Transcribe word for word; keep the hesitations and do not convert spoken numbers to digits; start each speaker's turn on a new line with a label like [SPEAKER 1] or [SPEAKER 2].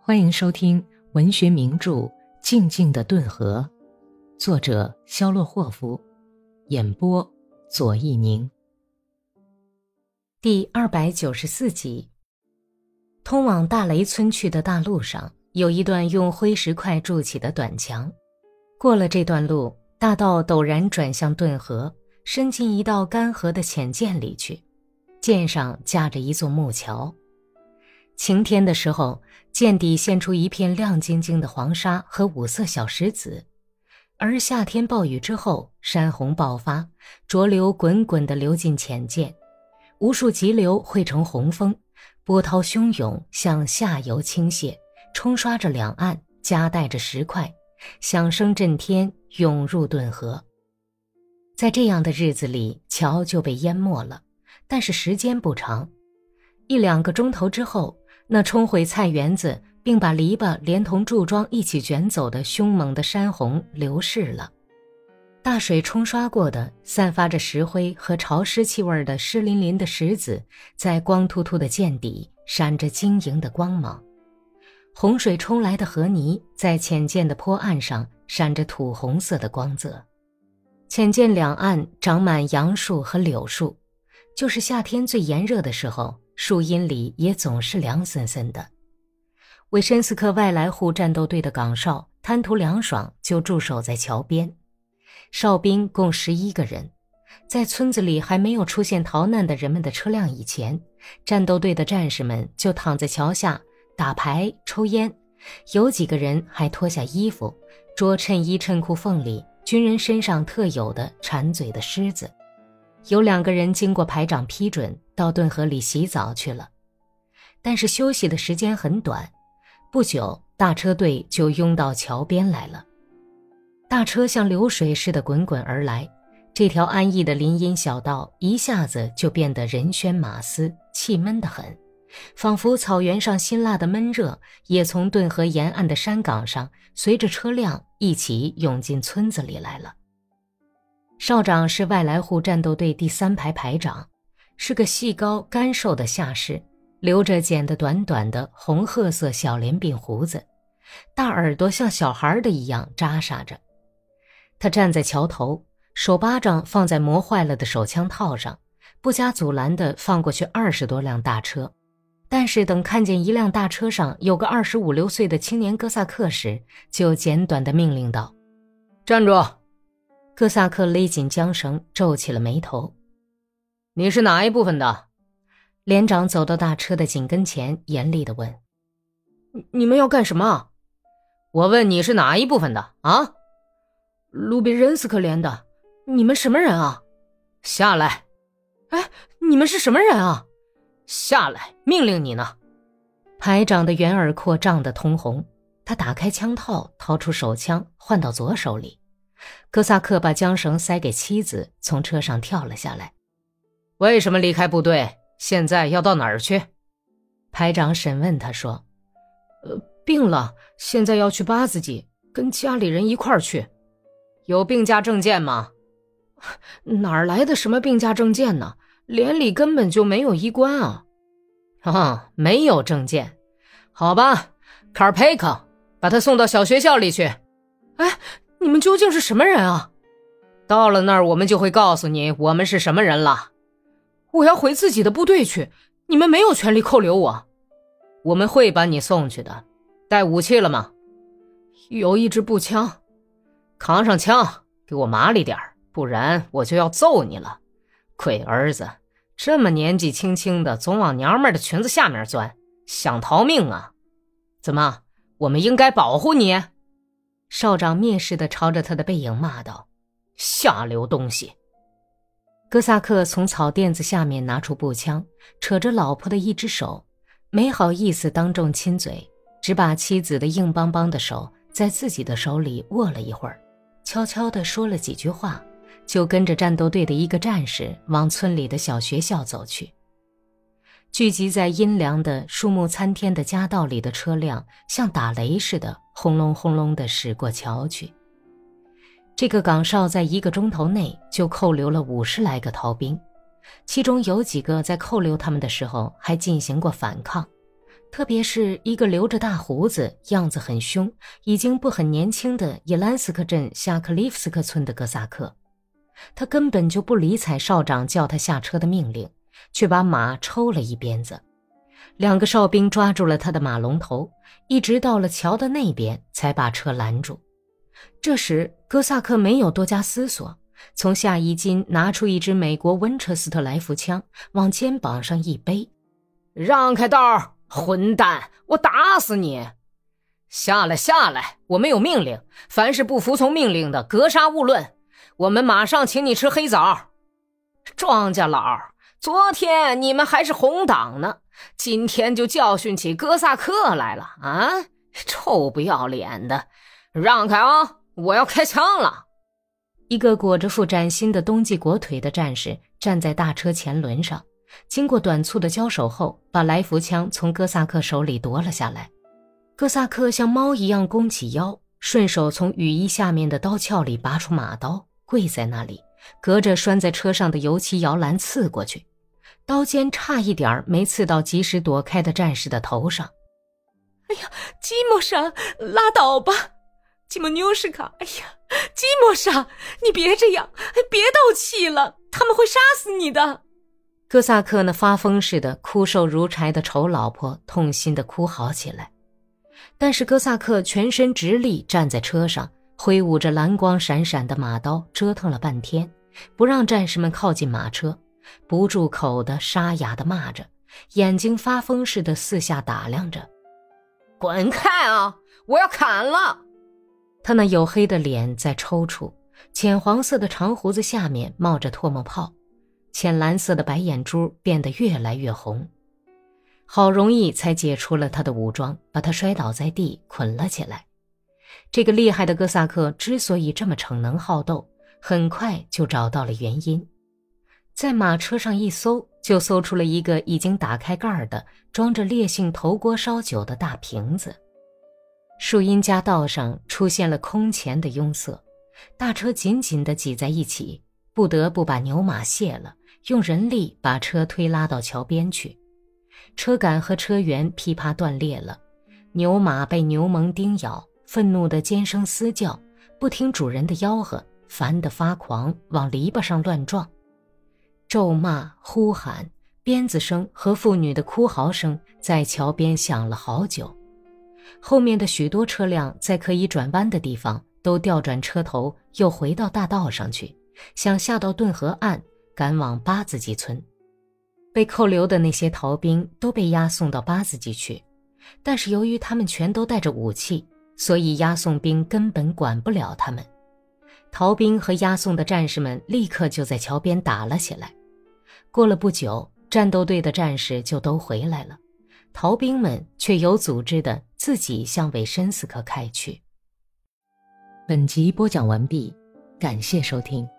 [SPEAKER 1] 欢迎收听文学名著《静静的顿河》，作者肖洛霍夫，演播左一宁。第二百九十四集。通往大雷村去的大路上，有一段用灰石块筑起的短墙。过了这段路，大道陡然转向顿河，伸进一道干涸的浅涧里去。涧上架着一座木桥。晴天的时候，涧底现出一片亮晶晶的黄沙和五色小石子，而夏天暴雨之后，山洪爆发，浊流滚滚地流进浅涧，无数急流汇成洪峰，波涛汹涌向下游倾泻，冲刷着两岸，夹带着石块，响声震天，涌入顿河。在这样的日子里，桥就被淹没了，但是时间不长，一两个钟头之后，那冲毁菜园子并把篱笆连同柱桩一起卷走的凶猛的山洪流逝了。大水冲刷过的散发着石灰和潮湿气味的湿淋淋的石子，在光秃秃的涧底闪着晶莹的光芒。洪水冲来的河泥在浅涧的坡岸上闪着土红色的光泽。浅涧两岸长满杨树和柳树，就是夏天最炎热的时候，树荫里也总是凉森森的。维申斯克外来户战斗队的岗哨贪图凉爽，就驻守在桥边。哨兵共十一个人，在村子里还没有出现逃难的人们的车辆以前，战斗队的战士们就躺在桥下打牌抽烟，有几个人还脱下衣服，捉衬衣衬裤缝里军人身上特有的馋嘴的虱子。有两个人经过排长批准，到顿河里洗澡去了。但是休息的时间很短，不久大车队就拥到桥边来了。大车像流水似的滚滚而来，这条安逸的林荫小道一下子就变得人喧马嘶，气闷得很，仿佛草原上辛辣的闷热也从顿河沿岸的山岗上随着车辆一起涌进村子里来了。少长是外来户战斗队第三排排长，是个细高干瘦的下士，留着剪得短短的红褐色小连鬓胡子，大耳朵像小孩的一样扎煞着。他站在桥头，手巴掌放在磨坏了的手枪套上，不加阻拦地放过去二十多辆大车。但是等看见一辆大车上有个二十五六岁的青年哥萨克时，就简短地命令道：站住！哥萨克勒紧缰绳，皱起了眉头。你是哪一部分的？连长走到大车的紧跟前，严厉地问。你们要干什么？我问你是哪一部分的啊？卢比任斯克连的。你们什么人啊？下来。哎，你们是什么人啊？下来，命令你呢。排长的圆耳廓涨得通红，他打开枪套，掏出手枪换到左手里。哥萨克把缰绳塞给妻子，从车上跳了下来。为什么离开部队？现在要到哪儿去？排长审问他说：呃，病了，现在要去巴兹基，跟家里人一块儿去。有病假证件吗？哪儿来的什么病假证件呢？连里根本就没有医官啊。啊，没有证件。好吧，卡尔佩克，把他送到小学校里去。哎，你们究竟是什么人啊？到了那儿我们就会告诉你我们是什么人了。我要回自己的部队去，你们没有权利扣留我。我们会把你送去的。带武器了吗？有一支步枪。扛上枪，给我麻利点儿，不然我就要揍你了。鬼儿子，这么年纪轻轻的，总往娘们的裙子下面钻，想逃命啊？怎么，我们应该保护你？少长蔑视地朝着他的背影骂道：下流东西！哥萨克从草垫子下面拿出步枪，扯着老婆的一只手，没好意思当众亲嘴，只把妻子的硬邦邦的手在自己的手里握了一会儿，悄悄地说了几句话，就跟着战斗队的一个战士往村里的小学校走去。聚集在阴凉的树木参天的夹道里的车辆像打雷似的轰隆轰隆地驶过桥去。这个岗哨在一个钟头内就扣留了五十来个逃兵，其中有几个在扣留他们的时候还进行过反抗， 特别是一个留着大胡子、样子很凶、已经不很年轻的叶兰斯克镇下克利夫斯克村的哥萨克。他根本就不理睬少长叫他下车的命令，却把马抽了一鞭子。两个哨兵抓住了他的马龙头，一直到了桥的那边才把车拦住。这时哥萨克没有多加思索，从下衣襟拿出一支美国温彻斯特来福枪，往肩膀上一背。
[SPEAKER 2] 让开道，混蛋，我打死你！下来下来，我没有命令，凡是不服从命令的格杀勿论。我们马上请你吃黑枣。庄稼佬，昨天你们还是红党呢，今天就教训起哥萨克来了啊！臭不要脸的，让开啊，我要开枪了。
[SPEAKER 1] 一个裹着副崭新的冬季裹腿的战士站在大车前轮上，经过短促的交手后，把来福枪从哥萨克手里夺了下来。哥萨克像猫一样弓起腰，顺手从雨衣下面的刀鞘里拔出马刀，跪在那里，隔着拴在车上的油漆摇篮刺过去，刀尖差一点没刺到及时躲开的战士的头上。
[SPEAKER 3] 哎呀，基莫莎，拉倒吧！基莫纽什卡，哎呀，基莫莎，你别这样，别斗气了，他们会杀死你的。
[SPEAKER 1] 哥萨克那发疯似的枯瘦如柴的丑老婆痛心地哭嚎起来，但是哥萨克全身直立站在车上，挥舞着蓝光闪闪的马刀，折腾了半天，不让战士们靠近马车，不住口的沙哑的骂着，眼睛发疯似的四下打量着。
[SPEAKER 2] 滚开啊，我要砍了！
[SPEAKER 1] 他那黝黑的脸在抽搐，浅黄色的长胡子下面冒着唾沫泡，浅蓝色的白眼珠变得越来越红。好容易才解除了他的武装，把他摔倒在地，捆了起来。这个厉害的哥萨克之所以这么逞能好斗，很快就找到了原因。在马车上一搜，就搜出了一个已经打开盖的装着烈性头锅烧酒的大瓶子。树荫夹道上出现了空前的拥塞，大车紧紧地挤在一起，不得不把牛马卸了，用人力把车推拉到桥边去。车杆和车辕噼啪断裂了，牛马被牛虻叮咬，愤怒的尖声嘶叫，不听主人的吆喝，烦得发狂，往篱笆上乱撞。咒骂、呼喊、鞭子声和妇女的哭嚎声在桥边响了好久。后面的许多车辆在可以转弯的地方都调转车头，又回到大道上去，想下到顿河岸，赶往八字集村。被扣留的那些逃兵都被押送到八字集去，但是由于他们全都带着武器，所以押送兵根本管不了他们。逃兵和押送的战士们立刻就在桥边打了起来。过了不久，战斗队的战士就都回来了，逃兵们却有组织地自己向韦申斯克开去。本集播讲完毕，感谢收听。